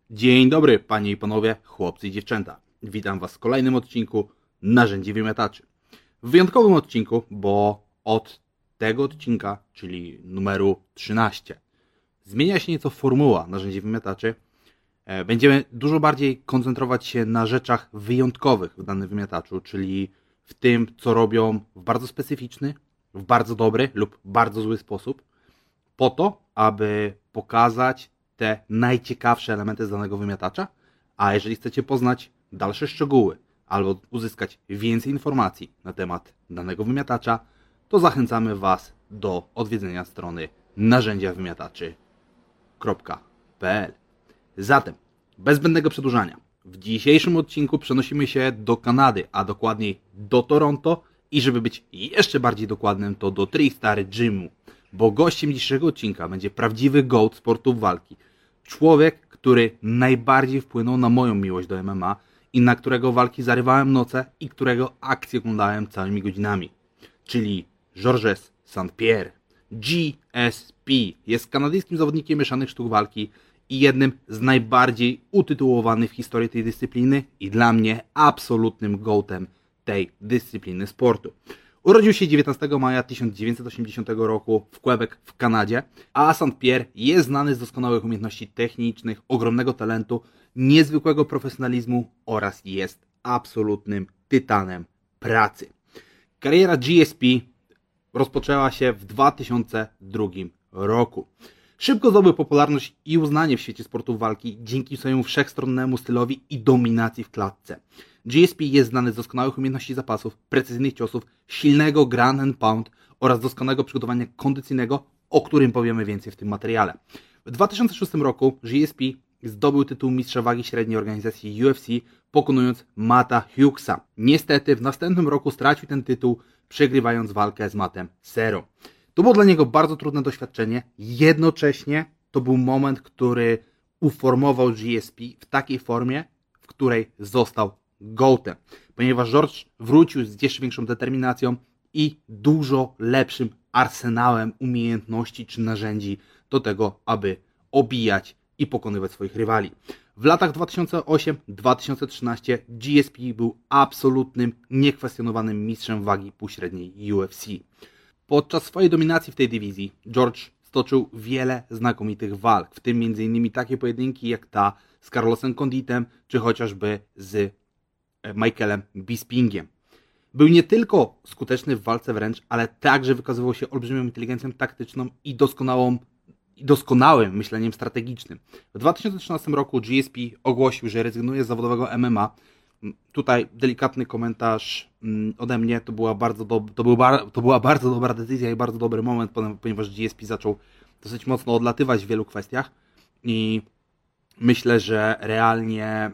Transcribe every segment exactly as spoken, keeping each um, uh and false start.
Dzień dobry, panie i panowie, chłopcy i dziewczęta. Witam was w kolejnym odcinku Narzędzi Wymiataczy. W wyjątkowym odcinku, bo od tego odcinka, czyli numeru trzynaście, zmienia się nieco formuła Narzędzi Wymiataczy. Będziemy dużo bardziej koncentrować się na rzeczach wyjątkowych w danym wymiataczu, czyli w tym, co robią w bardzo specyficzny, w bardzo dobry lub bardzo zły sposób, po to, aby pokazać te najciekawsze elementy z danego wymiatacza, a jeżeli chcecie poznać dalsze szczegóły albo uzyskać więcej informacji na temat danego wymiatacza, to zachęcamy was do odwiedzenia strony narzędzia wymiataczy kropka p l. Zatem, bez zbędnego przedłużania, w dzisiejszym odcinku przenosimy się do Kanady, a dokładniej do Toronto i żeby być jeszcze bardziej dokładnym, to do TriStar Gymu, bo gościem dzisiejszego odcinka będzie prawdziwy GOAT sportów walki. Człowiek, który najbardziej wpłynął na moją miłość do M M A i na którego walki zarywałem noce i którego akcje oglądałem całymi godzinami. Czyli Georges Saint-Pierre. G S P jest kanadyjskim zawodnikiem mieszanych sztuk walki i jednym z najbardziej utytułowanych w historii tej dyscypliny i dla mnie absolutnym goatem tej dyscypliny sportu. Urodził się dziewiętnastego maja tysiąc dziewięćset osiemdziesiątego roku w Quebec w Kanadzie, a Saint-Pierre jest znany z doskonałych umiejętności technicznych, ogromnego talentu, niezwykłego profesjonalizmu oraz jest absolutnym tytanem pracy. Kariera G S P rozpoczęła się w dwa tysiące drugim roku. Szybko zdobył popularność i uznanie w świecie sportów walki dzięki swojemu wszechstronnemu stylowi i dominacji w klatce. G S P jest znany z doskonałych umiejętności zapasów, precyzyjnych ciosów, silnego ground and pound oraz doskonałego przygotowania kondycyjnego, o którym powiemy więcej w tym materiale. W dwa tysiące szóstym roku G S P zdobył tytuł mistrza wagi średniej organizacji U F C, pokonując Matta Hughesa. Niestety w następnym roku stracił ten tytuł, przegrywając walkę z Mattem Serrą. To było dla niego bardzo trudne doświadczenie, jednocześnie to był moment, który uformował G S P w takiej formie, w której został goatem, ponieważ George wrócił z jeszcze większą determinacją i dużo lepszym arsenałem umiejętności czy narzędzi do tego, aby obijać i pokonywać swoich rywali. W latach dwa tysiące ósmym do dwa tysiące trzynastego G S P był absolutnym, niekwestionowanym mistrzem wagi półśredniej U F C. Podczas swojej dominacji w tej dywizji George stoczył wiele znakomitych walk, w tym między innymi takie pojedynki jak ta z Carlosem Conditem, czy chociażby z Michaelem Bispingiem. Był nie tylko skuteczny w walce wręcz, ale także wykazywał się olbrzymią inteligencją taktyczną i doskonałą, i doskonałym myśleniem strategicznym. W dwa tysiące trzynastym roku G S P ogłosił, że rezygnuje z zawodowego M M A. Tutaj delikatny komentarz ode mnie, to była bardzo, do, to był bar, to była bardzo dobra decyzja i bardzo dobry moment, ponieważ G S P zaczął dosyć mocno odlatywać w wielu kwestiach i myślę, że realnie,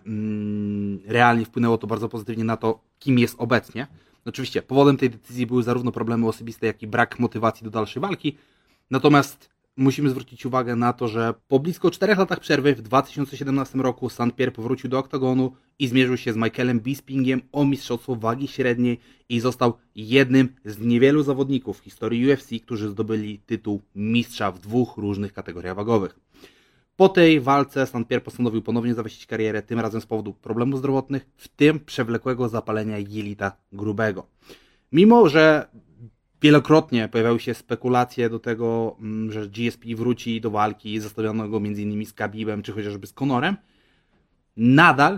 realnie wpłynęło to bardzo pozytywnie na to, kim jest obecnie. Oczywiście powodem tej decyzji były zarówno problemy osobiste, jak i brak motywacji do dalszej walki, natomiast musimy zwrócić uwagę na to, że po blisko czterech latach przerwy w dwa tysiące siedemnastym roku Saint-Pierre powrócił do oktagonu i zmierzył się z Michaelem Bispingiem o mistrzostwo wagi średniej i został jednym z niewielu zawodników w historii U F C, którzy zdobyli tytuł mistrza w dwóch różnych kategoriach wagowych. Po tej walce Saint-Pierre postanowił ponownie zawiesić karierę, tym razem z powodu problemów zdrowotnych, w tym przewlekłego zapalenia jelita grubego. Mimo że wielokrotnie pojawiały się spekulacje do tego, że G S P wróci do walki, zastawiono go między innymi z Khabibem czy chociażby z Conorem, nadal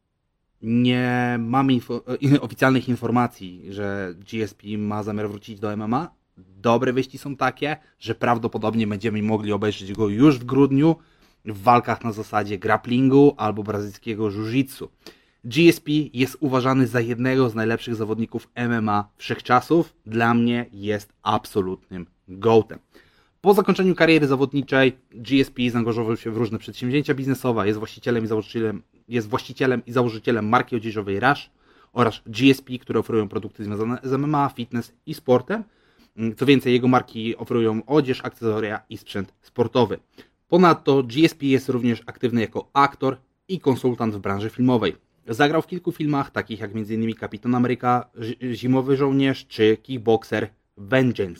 nie mamy info, oficjalnych informacji, że G S P ma zamiar wrócić do M M A. Dobre wieści są takie, że prawdopodobnie będziemy mogli obejrzeć go już w grudniu w walkach na zasadzie grapplingu albo brazylijskiego jiu-jitsu. G S P jest uważany za jednego z najlepszych zawodników M M A wszechczasów. Dla mnie jest absolutnym goatem. Po zakończeniu kariery zawodniczej G S P zaangażował się w różne przedsięwzięcia biznesowe, jest właścicielem i założycielem, jest właścicielem i założycielem marki odzieżowej Rush oraz G S P, które oferują produkty związane z M M A, fitness i sportem. Co więcej, jego marki oferują odzież, akcesoria i sprzęt sportowy. Ponadto G S P jest również aktywny jako aktor i konsultant w branży filmowej. Zagrał w kilku filmach, takich jak między innymi Kapitan Ameryka, Zimowy Żołnierz czy Kickboxer Vengeance.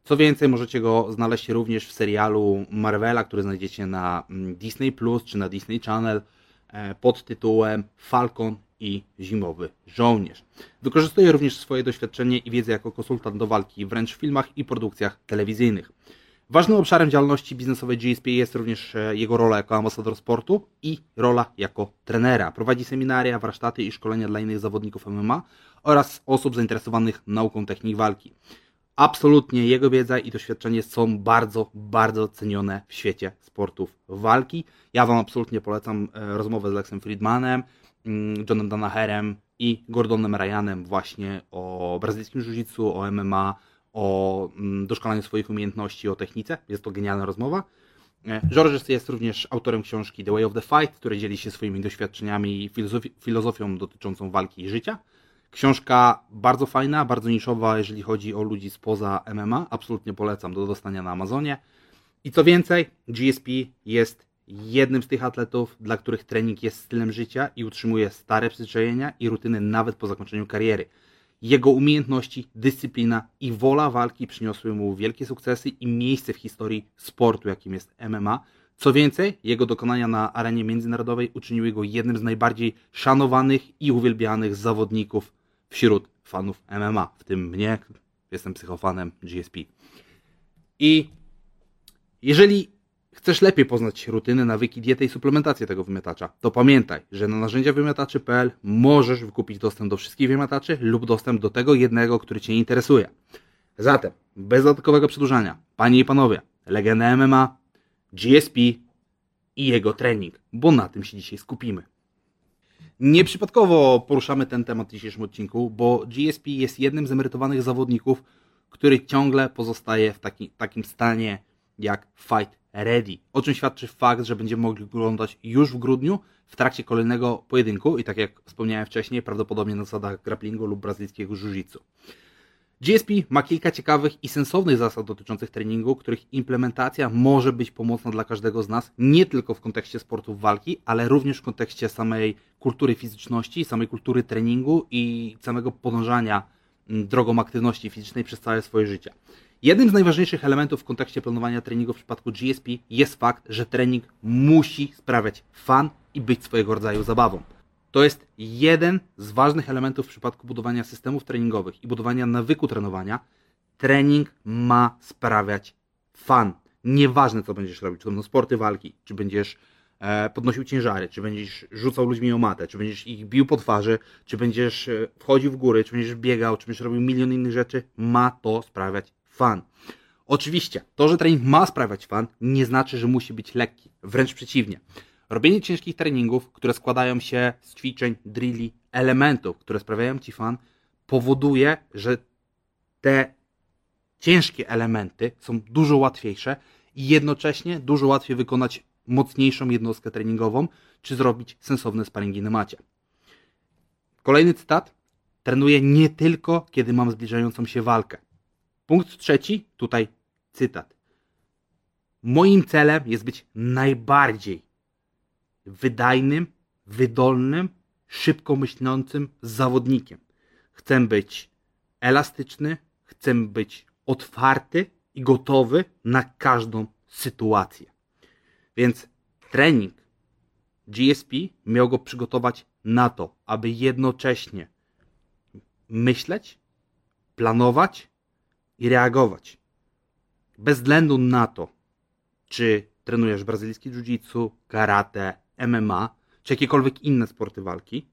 Co więcej, możecie go znaleźć również w serialu Marvela, który znajdziecie na Disney Plus czy na Disney Channel pod tytułem Falcon i Zimowy Żołnierz. Wykorzystuje również swoje doświadczenie i wiedzę jako konsultant do walki wręcz w filmach i produkcjach telewizyjnych. Ważnym obszarem działalności biznesowej G S P jest również jego rola jako ambasador sportu i rola jako trenera. Prowadzi seminaria, warsztaty i szkolenia dla innych zawodników M M A oraz osób zainteresowanych nauką technik walki. Absolutnie jego wiedza i doświadczenie są bardzo, bardzo cenione w świecie sportów walki. Ja Wam absolutnie polecam rozmowę z Lexem Friedmanem, Johnem Danaherem i Gordonem Ryanem właśnie o brazylijskim jiu-jitsu, o M M A, o doszkalaniu swoich umiejętności, o technice. Jest to genialna rozmowa. Georges jest również autorem książki The Way of the Fight, który dzieli się swoimi doświadczeniami i filozofi- filozofią dotyczącą walki i życia. Książka bardzo fajna, bardzo niszowa, jeżeli chodzi o ludzi spoza M M A. Absolutnie polecam do dostania na Amazonie. I co więcej, G S P jest jednym z tych atletów, dla których trening jest stylem życia i utrzymuje stare przyzwyczajenia i rutyny nawet po zakończeniu kariery. Jego umiejętności, dyscyplina i wola walki przyniosły mu wielkie sukcesy i miejsce w historii sportu, jakim jest M M A. Co więcej, jego dokonania na arenie międzynarodowej uczyniły go jednym z najbardziej szanowanych i uwielbianych zawodników wśród fanów M M A, w tym mnie, jestem psychofanem G S P. I jeżeli chcesz lepiej poznać rutyny, nawyki, dietę i suplementację tego wymiatacza, to pamiętaj, że na narzędzia wymiataczy kropka p l możesz wykupić dostęp do wszystkich wymiataczy lub dostęp do tego jednego, który Cię interesuje. Zatem, bez dodatkowego przedłużania, Panie i Panowie, legenda M M A, G S P i jego trening, bo na tym się dzisiaj skupimy. Nieprzypadkowo poruszamy ten temat w dzisiejszym odcinku, bo G S P jest jednym z emerytowanych zawodników, który ciągle pozostaje w taki, takim stanie jak fight ready, o czym świadczy fakt, że będziemy mogli oglądać już w grudniu w trakcie kolejnego pojedynku i tak jak wspomniałem wcześniej, prawdopodobnie na zasadach grapplingu lub brazylijskiego jiu-jitsu. G S P ma kilka ciekawych i sensownych zasad dotyczących treningu, których implementacja może być pomocna dla każdego z nas, nie tylko w kontekście sportów walki, ale również w kontekście samej kultury fizyczności, samej kultury treningu i samego podążania drogą aktywności fizycznej przez całe swoje życie. Jednym z najważniejszych elementów w kontekście planowania treningu w przypadku G S P jest fakt, że trening musi sprawiać fan i być swojego rodzaju zabawą. To jest jeden z ważnych elementów w przypadku budowania systemów treningowych i budowania nawyku trenowania. Trening ma sprawiać fan. Nieważne, co będziesz robić, czy to będą sporty walki, czy będziesz e, podnosił ciężary, czy będziesz rzucał ludźmi o matę, czy będziesz ich bił po twarzy, czy będziesz e, wchodził w góry, czy będziesz biegał, czy będziesz robił milion innych rzeczy. Ma to sprawiać fan. Oczywiście, to, że trening ma sprawiać fan, nie znaczy, że musi być lekki. Wręcz przeciwnie. Robienie ciężkich treningów, które składają się z ćwiczeń, drilli, elementów, które sprawiają Ci fan, powoduje, że te ciężkie elementy są dużo łatwiejsze i jednocześnie dużo łatwiej wykonać mocniejszą jednostkę treningową, czy zrobić sensowne sparingi na macie. Kolejny cytat. Trenuję nie tylko, kiedy mam zbliżającą się walkę. Punkt trzeci, tutaj cytat. Moim celem jest być najbardziej wydajnym, wydolnym, szybko myślącym zawodnikiem. Chcę być elastyczny, chcę być otwarty i gotowy na każdą sytuację. Więc trening G S P miał go przygotować na to, aby jednocześnie myśleć, planować i reagować. Bez względu na to, czy trenujesz brazylijski jiu-jitsu, karate, M M A, czy jakiekolwiek inne sporty walki,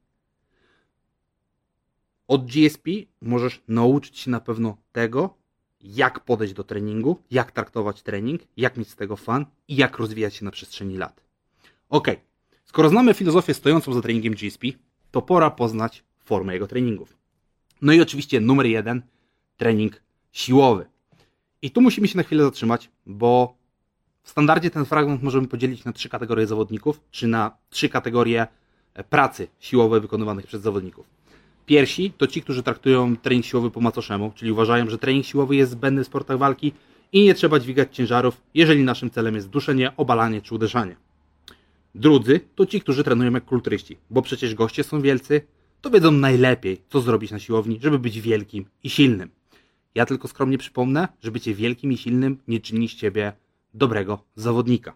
od G S P możesz nauczyć się na pewno tego, jak podejść do treningu, jak traktować trening, jak mieć z tego fan i jak rozwijać się na przestrzeni lat. Ok, skoro znamy filozofię stojącą za treningiem G S P, to pora poznać formę jego treningów. No i oczywiście numer jeden, trening siłowy. I tu musimy się na chwilę zatrzymać, bo w standardzie ten fragment możemy podzielić na trzy kategorie zawodników, czy na trzy kategorie pracy siłowej wykonywanych przez zawodników. Pierwsi to ci, którzy traktują trening siłowy po macoszemu, czyli uważają, że trening siłowy jest zbędny w sportach walki i nie trzeba dźwigać ciężarów, jeżeli naszym celem jest duszenie, obalanie czy uderzanie. Drudzy to ci, którzy trenują jak kulturyści, bo przecież goście są wielcy, to wiedzą najlepiej, co zrobić na siłowni, żeby być wielkim i silnym. Ja tylko skromnie przypomnę, że bycie wielkim i silnym nie czyni z ciebie dobrego zawodnika.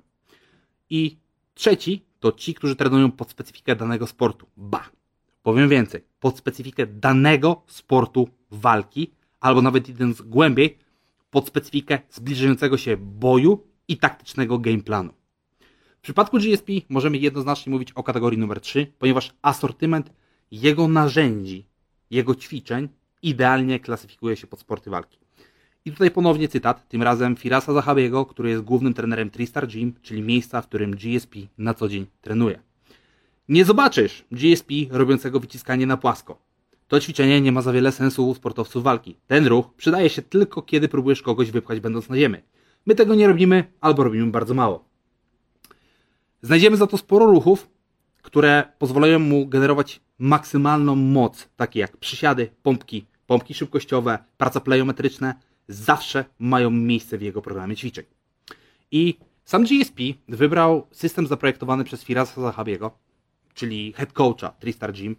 I trzeci to ci, którzy trenują pod specyfikę danego sportu. Ba, powiem więcej, pod specyfikę danego sportu walki, albo nawet idąc głębiej, pod specyfikę zbliżającego się boju i taktycznego gameplanu. W przypadku G S P możemy jednoznacznie mówić o kategorii numer trzy, ponieważ asortyment jego narzędzi, jego ćwiczeń idealnie klasyfikuje się pod sporty walki. I tutaj ponownie cytat, tym razem Firasa Zahabiego, który jest głównym trenerem Tristar Gym, czyli miejsca, w którym G S P na co dzień trenuje. Nie zobaczysz G S P robiącego wyciskanie na płasko. To ćwiczenie nie ma za wiele sensu u sportowców walki. Ten ruch przydaje się tylko, kiedy próbujesz kogoś wypchać będąc na ziemi. My tego nie robimy, albo robimy bardzo mało. Znajdziemy za to sporo ruchów, które pozwalają mu generować maksymalną moc, takie jak przysiady, pompki, pompki szybkościowe, praca plejometryczne, zawsze mają miejsce w jego programie ćwiczeń. I sam G S P wybrał system zaprojektowany przez Firasa Zahabiego, czyli head coacha Tristar Gym.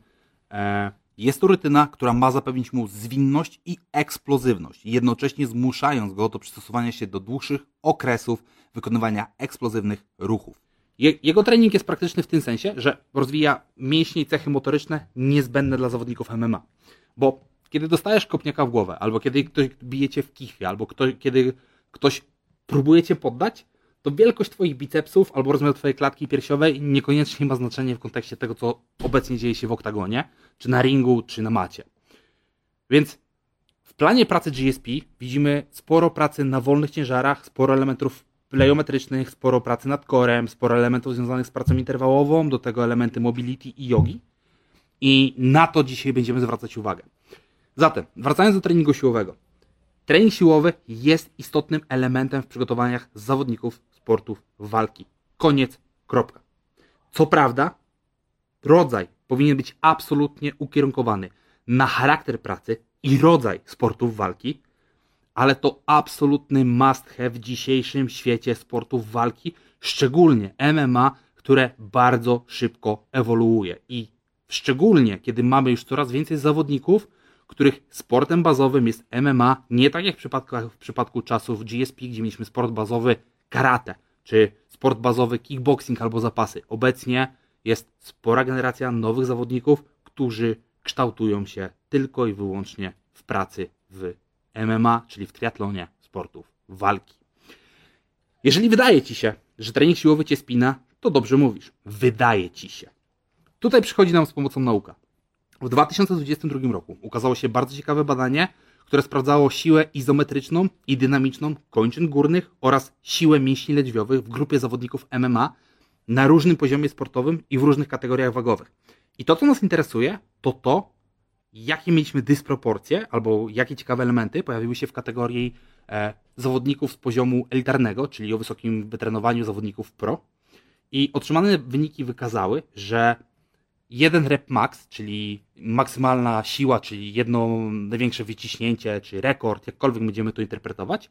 Jest to rutyna, która ma zapewnić mu zwinność i eksplozywność, jednocześnie zmuszając go do przystosowania się do dłuższych okresów wykonywania eksplozywnych ruchów. Jego trening jest praktyczny w tym sensie, że rozwija mięśnie i cechy motoryczne niezbędne dla zawodników M M A. Bo kiedy dostajesz kopniaka w głowę, albo kiedy ktoś bije cię w kichwie, albo ktoś, kiedy ktoś próbuje cię poddać, to wielkość twoich bicepsów albo rozmiar twojej klatki piersiowej niekoniecznie ma znaczenie w kontekście tego, co obecnie dzieje się w oktagonie, czy na ringu, czy na macie. Więc w planie pracy G S P widzimy sporo pracy na wolnych ciężarach, sporo elementów plejometrycznych, sporo pracy nad korem, sporo elementów związanych z pracą interwałową, do tego elementy mobility i jogi. I na to dzisiaj będziemy zwracać uwagę. Zatem, wracając do treningu siłowego. Trening siłowy jest istotnym elementem w przygotowaniach zawodników sportów walki. Koniec, kropka. Co prawda, rodzaj powinien być absolutnie ukierunkowany na charakter pracy i rodzaj sportów walki, ale to absolutny must have w dzisiejszym świecie sportów walki, szczególnie M M A, które bardzo szybko ewoluuje. I szczególnie, kiedy mamy już coraz więcej zawodników, których sportem bazowym jest M M A, nie tak jak w przypadku, w przypadku czasów G S P, gdzie mieliśmy sport bazowy karate, czy sport bazowy kickboxing albo zapasy. Obecnie jest spora generacja nowych zawodników, którzy kształtują się tylko i wyłącznie w pracy w M M A, czyli w triatlonie sportów walki. Jeżeli wydaje Ci się, że trening siłowy Cię spina, to dobrze mówisz. Wydaje Ci się. Tutaj przychodzi nam z pomocą nauka. W dwa tysiące dwudziestym drugim roku ukazało się bardzo ciekawe badanie, które sprawdzało siłę izometryczną i dynamiczną kończyn górnych oraz siłę mięśni lędźwiowych w grupie zawodników M M A na różnym poziomie sportowym i w różnych kategoriach wagowych. I to, co nas interesuje, to to, jakie mieliśmy dysproporcje albo jakie ciekawe elementy pojawiły się w kategorii e, zawodników z poziomu elitarnego, czyli o wysokim wytrenowaniu zawodników pro. I otrzymane wyniki wykazały, że jeden rep max, czyli maksymalna siła, czyli jedno największe wyciśnięcie, czy rekord, jakkolwiek będziemy to interpretować,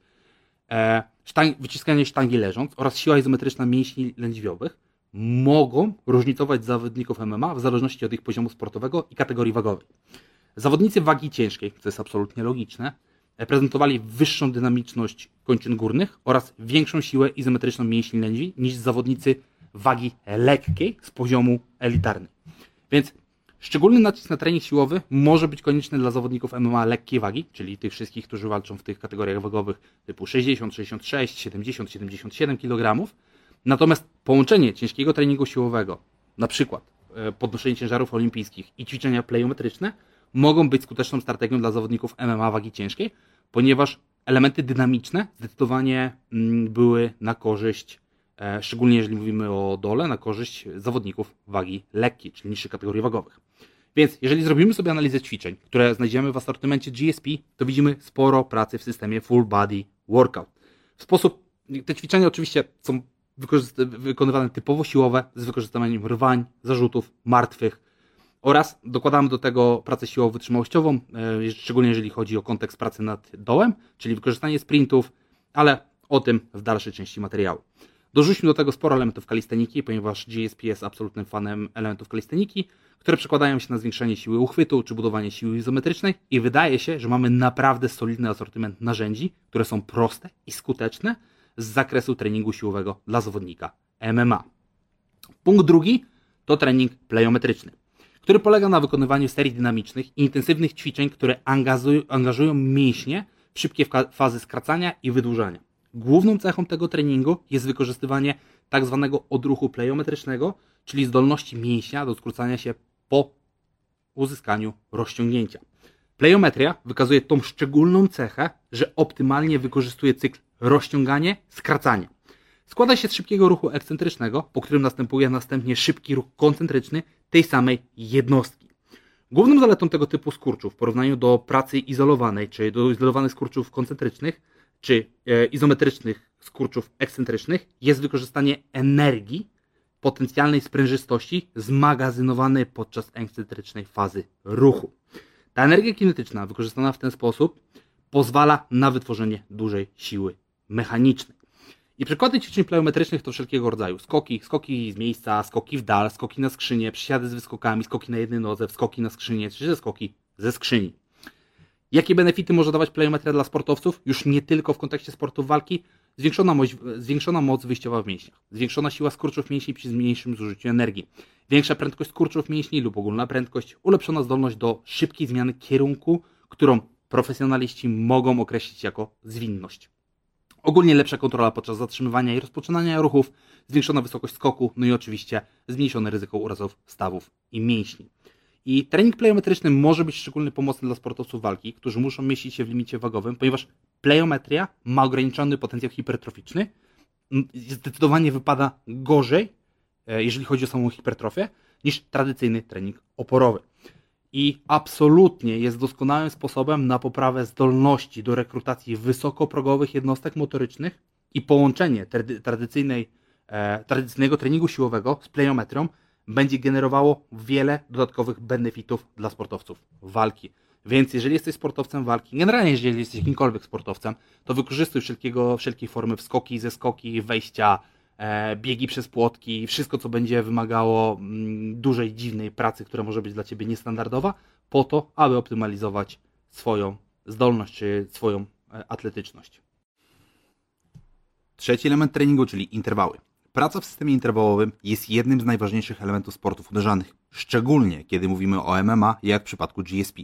e, sztang, wyciskanie sztangi leżąc oraz siła izometryczna mięśni lędźwiowych mogą różnicować zawodników M M A w zależności od ich poziomu sportowego i kategorii wagowej. Zawodnicy wagi ciężkiej, co jest absolutnie logiczne, prezentowali wyższą dynamiczność kończyn górnych oraz większą siłę izometryczną mięśni lędźwi niż zawodnicy wagi lekkiej z poziomu elitarnej. Więc szczególny nacisk na trening siłowy może być konieczny dla zawodników M M A lekkiej wagi, czyli tych wszystkich, którzy walczą w tych kategoriach wagowych typu sześćdziesiąt, sześćdziesiąt sześć, siedemdziesiąt, siedemdziesiąt siedem kilogramów. Natomiast połączenie ciężkiego treningu siłowego, na przykład podnoszenie ciężarów olimpijskich i ćwiczenia plejometryczne, mogą być skuteczną strategią dla zawodników M M A wagi ciężkiej, ponieważ elementy dynamiczne zdecydowanie były na korzyść, szczególnie jeżeli mówimy o dole, na korzyść zawodników wagi lekkiej, czyli niższych kategorii wagowych. Więc jeżeli zrobimy sobie analizę ćwiczeń, które znajdziemy w asortymencie G S P, to widzimy sporo pracy w systemie Full Body Workout. W sposób, te ćwiczenia oczywiście są wykonywane typowo siłowe, z wykorzystaniem rwań, zarzutów, martwych oraz dokładamy do tego pracę siłowo-wytrzymałościową, szczególnie jeżeli chodzi o kontekst pracy nad dołem, czyli wykorzystanie sprintów, ale o tym w dalszej części materiału. Dorzućmy do tego sporo elementów kalisteniki, ponieważ G S P jest absolutnym fanem elementów kalisteniki, które przekładają się na zwiększenie siły uchwytu czy budowanie siły izometrycznej i wydaje się, że mamy naprawdę solidny asortyment narzędzi, które są proste i skuteczne z zakresu treningu siłowego dla zawodnika M M A. Punkt drugi to trening plejometryczny, który polega na wykonywaniu serii dynamicznych i intensywnych ćwiczeń, które angażują, angażują mięśnie w szybkie fazy skracania i wydłużania. Główną cechą tego treningu jest wykorzystywanie tak zwanego odruchu plejometrycznego, czyli zdolności mięśnia do skrócania się po uzyskaniu rozciągnięcia. Plejometria wykazuje tą szczególną cechę, że optymalnie wykorzystuje cykl rozciąganie, skracanie. Składa się z szybkiego ruchu ekscentrycznego, po którym następuje następnie szybki ruch koncentryczny tej samej jednostki. Główną zaletą tego typu skurczów w porównaniu do pracy izolowanej, czy do izolowanych skurczów koncentrycznych, czy e, izometrycznych skurczów ekscentrycznych jest wykorzystanie energii potencjalnej sprężystości zmagazynowanej podczas ekscentrycznej fazy ruchu. Ta energia kinetyczna wykorzystana w ten sposób pozwala na wytworzenie dużej siły mechanicznej. I przykłady ćwiczeń plejometrycznych to wszelkiego rodzaju skoki, skoki z miejsca, skoki w dal, skoki na skrzynię, przysiady z wyskokami, skoki na jednej nodze, skoki na skrzynię, czy ze skoki ze skrzyni. Jakie benefity może dawać plejometria dla sportowców? Już nie tylko w kontekście sportów walki. Zwiększona moc, zwiększona moc wyjściowa w mięśniach, zwiększona siła skurczów mięśni przy mniejszym zużyciu energii, większa prędkość skurczów mięśni lub ogólna prędkość, ulepszona zdolność do szybkiej zmiany kierunku, którą profesjonaliści mogą określić jako zwinność. Ogólnie lepsza kontrola podczas zatrzymywania i rozpoczynania ruchów, zwiększona wysokość skoku, no i oczywiście zmniejszone ryzyko urazów stawów i mięśni. I trening plejometryczny może być szczególnie pomocny dla sportowców walki, którzy muszą mieścić się w limicie wagowym, ponieważ plejometria ma ograniczony potencjał hipertroficzny, zdecydowanie wypada gorzej, jeżeli chodzi o samą hipertrofię, niż tradycyjny trening oporowy. I absolutnie jest doskonałym sposobem na poprawę zdolności do rekrutacji wysokoprogowych jednostek motorycznych i połączenie tradycyjnej, e, tradycyjnego treningu siłowego z plejometrią będzie generowało wiele dodatkowych benefitów dla sportowców walki. Więc jeżeli jesteś sportowcem walki, generalnie jeżeli jesteś jakimkolwiek sportowcem, to wykorzystuj wszelkiego, wszelkiej formy wskoki, zeskoki, wejścia, e, biegi przez płotki, wszystko co będzie wymagało mm, dużej, dziwnej pracy, która może być dla Ciebie niestandardowa, po to, aby optymalizować swoją zdolność czy swoją e, atletyczność. Trzeci element treningu, czyli interwały. Praca w systemie interwałowym jest jednym z najważniejszych elementów sportów uderzanych, szczególnie kiedy mówimy o M M A, jak w przypadku G S P.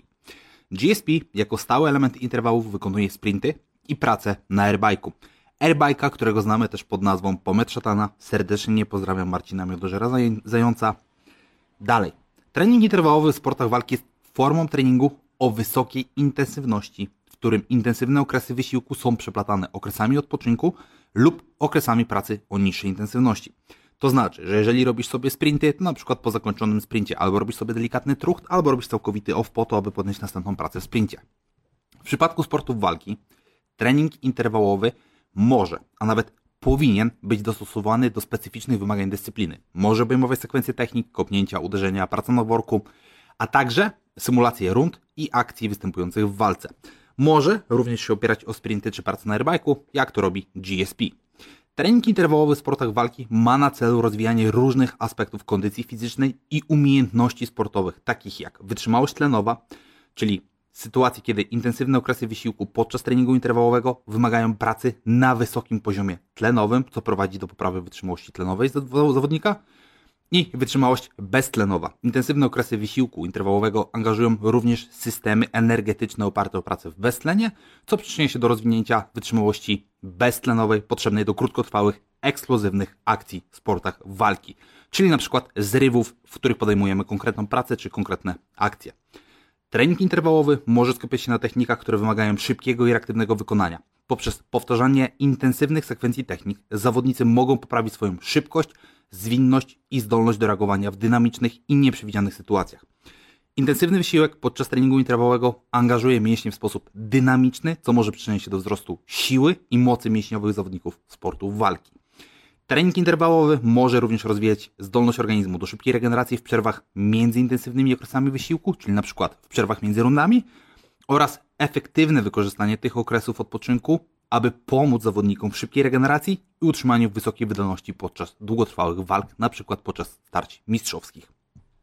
G S P jako stały element interwałów wykonuje sprinty i pracę na airbike'u. Airbike'a, którego znamy też pod nazwą Pomyt Szatana. Serdecznie pozdrawiam Marcina Miodożera-Zająca. Dalej. Trening interwałowy w sportach walki jest formą treningu o wysokiej intensywności, w którym intensywne okresy wysiłku są przeplatane okresami odpoczynku lub okresami pracy o niższej intensywności. To znaczy, że jeżeli robisz sobie sprinty, to na przykład po zakończonym sprincie albo robisz sobie delikatny trucht, albo robisz całkowity off po to, aby podjąć następną pracę w sprincie. W przypadku sportów walki trening interwałowy może, a nawet powinien być dostosowany do specyficznych wymagań dyscypliny. Może obejmować sekwencje technik, kopnięcia, uderzenia, praca na worku, a także symulacje rund i akcji występujących w walce. Może również się opierać o sprinty czy pracę na airbike'u, jak to robi G S P. Trening interwałowy w sportach walki ma na celu rozwijanie różnych aspektów kondycji fizycznej i umiejętności sportowych, takich jak wytrzymałość tlenowa, czyli sytuacje, kiedy intensywne okresy wysiłku podczas treningu interwałowego wymagają pracy na wysokim poziomie tlenowym, co prowadzi do poprawy wytrzymałości tlenowej zawodnika, i wytrzymałość beztlenowa. Intensywne okresy wysiłku interwałowego angażują również systemy energetyczne oparte o pracę w beztlenie, co przyczynia się do rozwinięcia wytrzymałości beztlenowej potrzebnej do krótkotrwałych, eksplozywnych akcji w sportach walki, czyli na przykład zrywów, w których podejmujemy konkretną pracę czy konkretne akcje. Trening interwałowy może skupiać się na technikach, które wymagają szybkiego i reaktywnego wykonania. Poprzez powtarzanie intensywnych sekwencji technik zawodnicy mogą poprawić swoją szybkość, zwinność i zdolność do reagowania w dynamicznych i nieprzewidzianych sytuacjach. Intensywny wysiłek podczas treningu interwałowego angażuje mięśnie w sposób dynamiczny, co może przyczynić się do wzrostu siły i mocy mięśniowych zawodników sportu walki. Trening interwałowy może również rozwijać zdolność organizmu do szybkiej regeneracji w przerwach między intensywnymi okresami wysiłku, czyli np. w przerwach między rundami, oraz efektywne wykorzystanie tych okresów odpoczynku aby pomóc zawodnikom w szybkiej regeneracji i utrzymaniu wysokiej wydolności podczas długotrwałych walk, na przykład podczas starć mistrzowskich.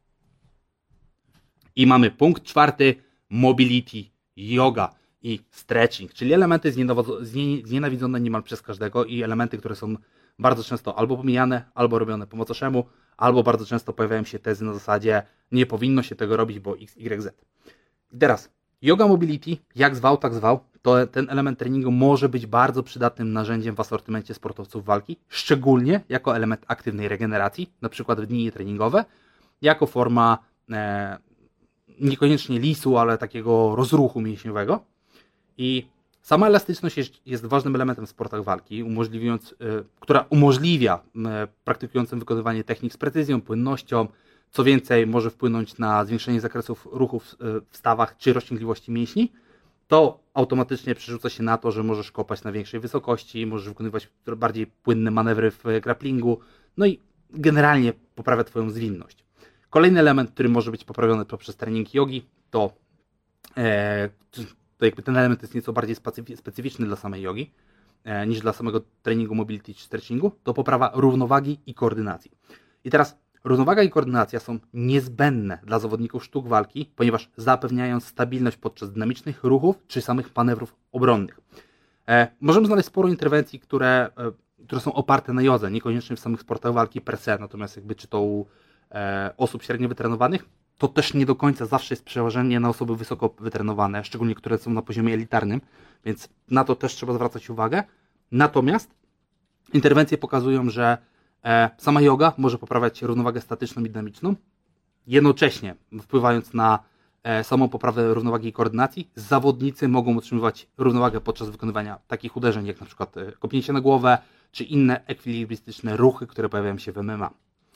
I mamy punkt czwarty, mobility, yoga i stretching, czyli elementy znienawidzone niemal przez każdego i elementy, które są bardzo często albo pomijane, albo robione po macoszemu, albo bardzo często pojawiają się tezy na zasadzie nie powinno się tego robić, bo X Y Z. I teraz yoga mobility, jak zwał, tak zwał, to ten element treningu może być bardzo przydatnym narzędziem w asortymencie sportowców walki, szczególnie jako element aktywnej regeneracji, na przykład w dni treningowe, jako forma e, niekoniecznie lisu, ale takiego rozruchu mięśniowego. I sama elastyczność jest, jest ważnym elementem w sportach walki, umożliwiając, y, która umożliwia y, praktykującym wykonywanie technik z precyzją, płynnością. Co więcej, może wpłynąć na zwiększenie zakresów ruchów y, w stawach czy rozciągliwości mięśni. To automatycznie przerzuca się na to, że możesz kopać na większej wysokości, możesz wykonywać bardziej płynne manewry w grapplingu, no i generalnie poprawia Twoją zwinność. Kolejny element, który może być poprawiony poprzez trening jogi, to e, to jakby ten element jest nieco bardziej specyficzny dla samej jogi e, niż dla samego treningu mobility czy stretchingu, to poprawa równowagi i koordynacji. I teraz równowaga i koordynacja są niezbędne dla zawodników sztuk walki, ponieważ zapewniają stabilność podczas dynamicznych ruchów czy samych manewrów obronnych. E, możemy znaleźć sporo interwencji, które, e, które są oparte na jodze, niekoniecznie w samych sportach walki per se, natomiast jakby czy to u e, osób średnio wytrenowanych, to też nie do końca zawsze jest przeważenie na osoby wysoko wytrenowane, szczególnie które są na poziomie elitarnym, więc na to też trzeba zwracać uwagę. Natomiast interwencje pokazują, że e, sama yoga może poprawiać równowagę statyczną i dynamiczną, jednocześnie wpływając na e, samą poprawę równowagi i koordynacji. Zawodnicy mogą utrzymywać równowagę podczas wykonywania takich uderzeń, jak na przykład e, kopnięcie na głowę, czy inne ekwilibrystyczne ruchy, które pojawiają się w M M A.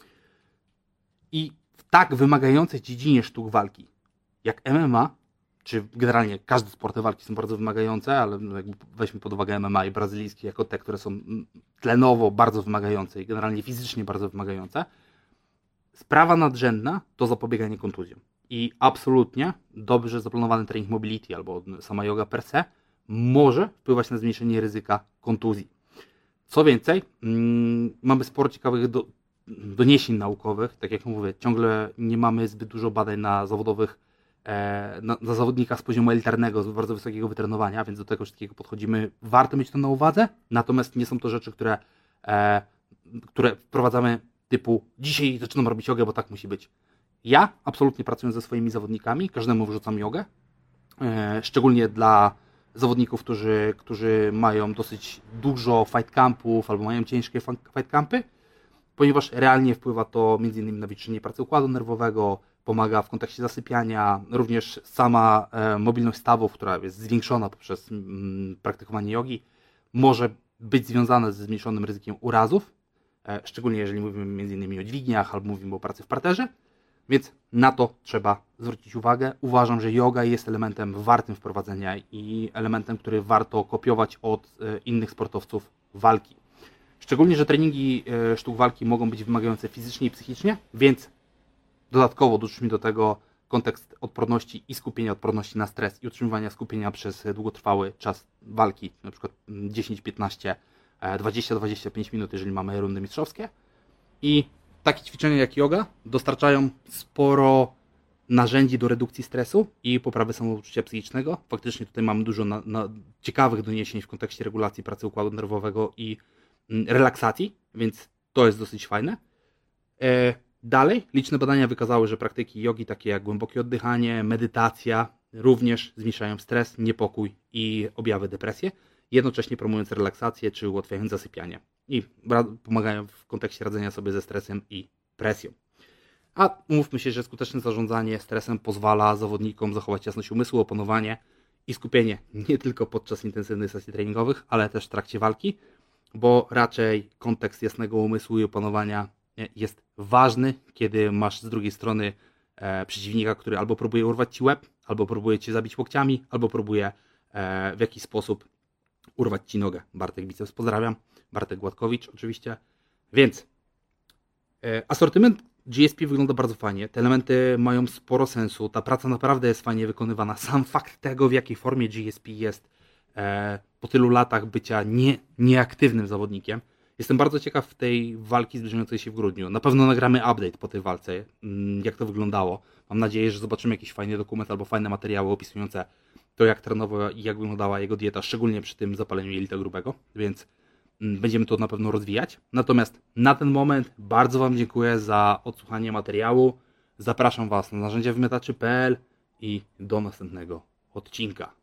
I w tak wymagającej dziedzinie sztuk walki, jak M M A, czy generalnie każde sporty walki są bardzo wymagające, ale jakby weźmy pod uwagę M M A i brazylijskie jako te, które są tlenowo bardzo wymagające i generalnie fizycznie bardzo wymagające, sprawa nadrzędna to zapobieganie kontuzjom. I absolutnie dobrze zaplanowany trening mobility albo sama yoga per se może wpływać na zmniejszenie ryzyka kontuzji. Co więcej, mm, mamy sporo ciekawych do, doniesień naukowych, tak jak mówię, ciągle nie mamy zbyt dużo badań na zawodowych, e, na, na zawodnikach z poziomu elitarnego, z bardzo wysokiego wytrenowania, więc do tego wszystkiego podchodzimy. Warto mieć to na uwadze, natomiast nie są to rzeczy, które, e, które wprowadzamy typu dzisiaj zaczynam robić jogę, bo tak musi być. Ja absolutnie pracując ze swoimi zawodnikami, każdemu wrzucam jogę, e, szczególnie dla zawodników, którzy, którzy mają dosyć dużo fight campów albo mają ciężkie fight campy, ponieważ realnie wpływa to między innymi na wyciszenie pracy układu nerwowego, pomaga w kontekście zasypiania, również sama e, mobilność stawów, która jest zwiększona poprzez mm, praktykowanie jogi, może być związana ze zmniejszonym ryzykiem urazów, e, szczególnie jeżeli mówimy między innymi o dźwigniach albo mówimy o pracy w parterze, więc na to trzeba zwrócić uwagę. Uważam, że yoga jest elementem wartym wprowadzenia i elementem, który warto kopiować od e, innych sportowców walki. Szczególnie, że treningi e, sztuk walki mogą być wymagające fizycznie i psychicznie, więc dodatkowo dorzućmy do tego kontekst odporności i skupienia odporności na stres i utrzymywania skupienia przez długotrwały czas walki, na przykład dziesięć, piętnaście, dwadzieścia do dwudziestu pięciu minut, jeżeli mamy rundy mistrzowskie. I takie ćwiczenia jak yoga dostarczają sporo narzędzi do redukcji stresu i poprawy samopoczucia psychicznego. Faktycznie tutaj mamy dużo na, na ciekawych doniesień w kontekście regulacji pracy układu nerwowego i mm, relaksacji, więc to jest dosyć fajne. E, dalej, liczne badania wykazały, że praktyki jogi takie jak głębokie oddychanie, medytacja również zmniejszają stres, niepokój i objawy depresji, jednocześnie promując relaksację czy ułatwiając zasypianie i pomagają w kontekście radzenia sobie ze stresem i presją. A umówmy się, że skuteczne zarządzanie stresem pozwala zawodnikom zachować jasność umysłu, opanowanie i skupienie nie tylko podczas intensywnych sesji treningowych, ale też w trakcie walki, bo raczej kontekst jasnego umysłu i opanowania jest ważny, kiedy masz z drugiej strony e, przeciwnika, który albo próbuje urwać Ci łeb, albo próbuje Cię zabić łokciami, albo próbuje e, w jakiś sposób urwać Ci nogę. Bartek Biceps, pozdrawiam. Bartek Gładkowicz oczywiście. Więc e, asortyment G S P wygląda bardzo fajnie. Te elementy mają sporo sensu. Ta praca naprawdę jest fajnie wykonywana. Sam fakt tego, w jakiej formie G S P jest e, po tylu latach bycia nie, nieaktywnym zawodnikiem. Jestem bardzo ciekaw tej walki zbliżającej się w grudniu. Na pewno nagramy update po tej walce, jak to wyglądało. Mam nadzieję, że zobaczymy jakiś fajny dokument albo fajne materiały opisujące to, jak trenował i jak wyglądała jego dieta, szczególnie przy tym zapaleniu jelita grubego, więc będziemy to na pewno rozwijać. Natomiast na ten moment bardzo Wam dziękuję za odsłuchanie materiału. Zapraszam Was na narzędzia wymiataczy kropka p l i do następnego odcinka.